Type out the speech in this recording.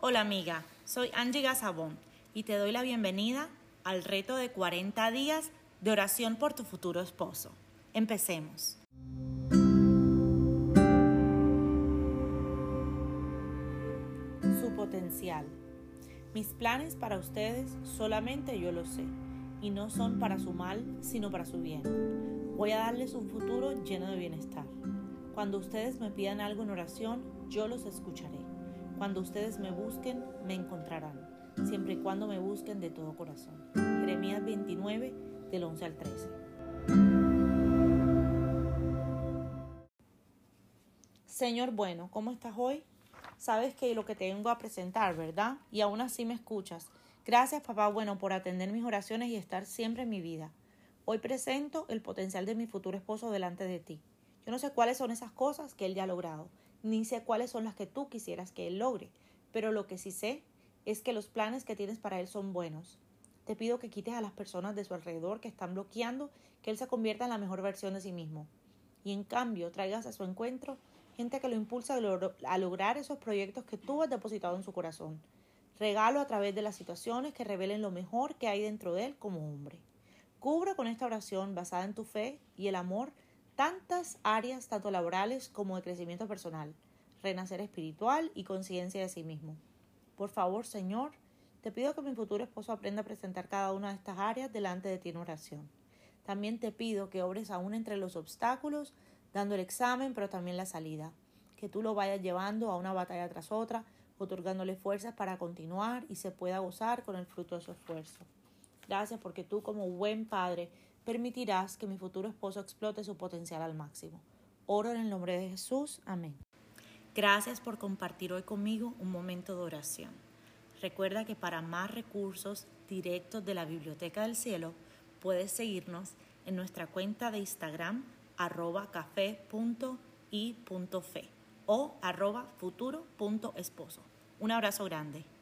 Hola amiga, soy Angie Gazabón y te doy la bienvenida al reto de 40 días de oración por tu futuro esposo. Empecemos. Su potencial. Mis planes para ustedes solamente yo los sé y no son para su mal, sino para su bien. Voy a darles un futuro lleno de bienestar. Cuando ustedes me pidan algo en oración, yo los escucharé. Cuando ustedes me busquen, me encontrarán, siempre y cuando me busquen de todo corazón. Jeremías 29, del 11 al 13. Señor bueno, ¿cómo estás hoy? Sabes que lo que te vengo a presentar, ¿verdad? Y aún así me escuchas. Gracias, papá bueno, por atender mis oraciones y estar siempre en mi vida. Hoy presento el potencial de mi futuro esposo delante de ti. Yo no sé cuáles son esas cosas que él ya ha logrado, ni sé cuáles son las que tú quisieras que él logre, pero lo que sí sé es que los planes que tienes para él son buenos. Te pido que quites a las personas de su alrededor que están bloqueando que él se convierta en la mejor versión de sí mismo. Y en cambio traigas a su encuentro gente que lo impulsa a lograr esos proyectos que tú has depositado en su corazón. Regalo a través de las situaciones que revelen lo mejor que hay dentro de él como hombre. Cubra con esta oración basada en tu fe y el amor tantas áreas, tanto laborales como de crecimiento personal, renacer espiritual y conciencia de sí mismo. Por favor, Señor, te pido que mi futuro esposo aprenda a presentar cada una de estas áreas delante de ti en oración. También te pido que obres aún entre los obstáculos, dando el examen, pero también la salida. Que tú lo vayas llevando a una batalla tras otra, otorgándole fuerzas para continuar y se pueda gozar con el fruto de su esfuerzo. Gracias porque tú, como buen padre, permitirás que mi futuro esposo explote su potencial al máximo. Oro en el nombre de Jesús. Amén. Gracias por compartir hoy conmigo un momento de oración. Recuerda que para más recursos directos de la Biblioteca del Cielo, puedes seguirnos en nuestra cuenta de Instagram @cafe.y.fe o @futuro.esposo. Un abrazo grande.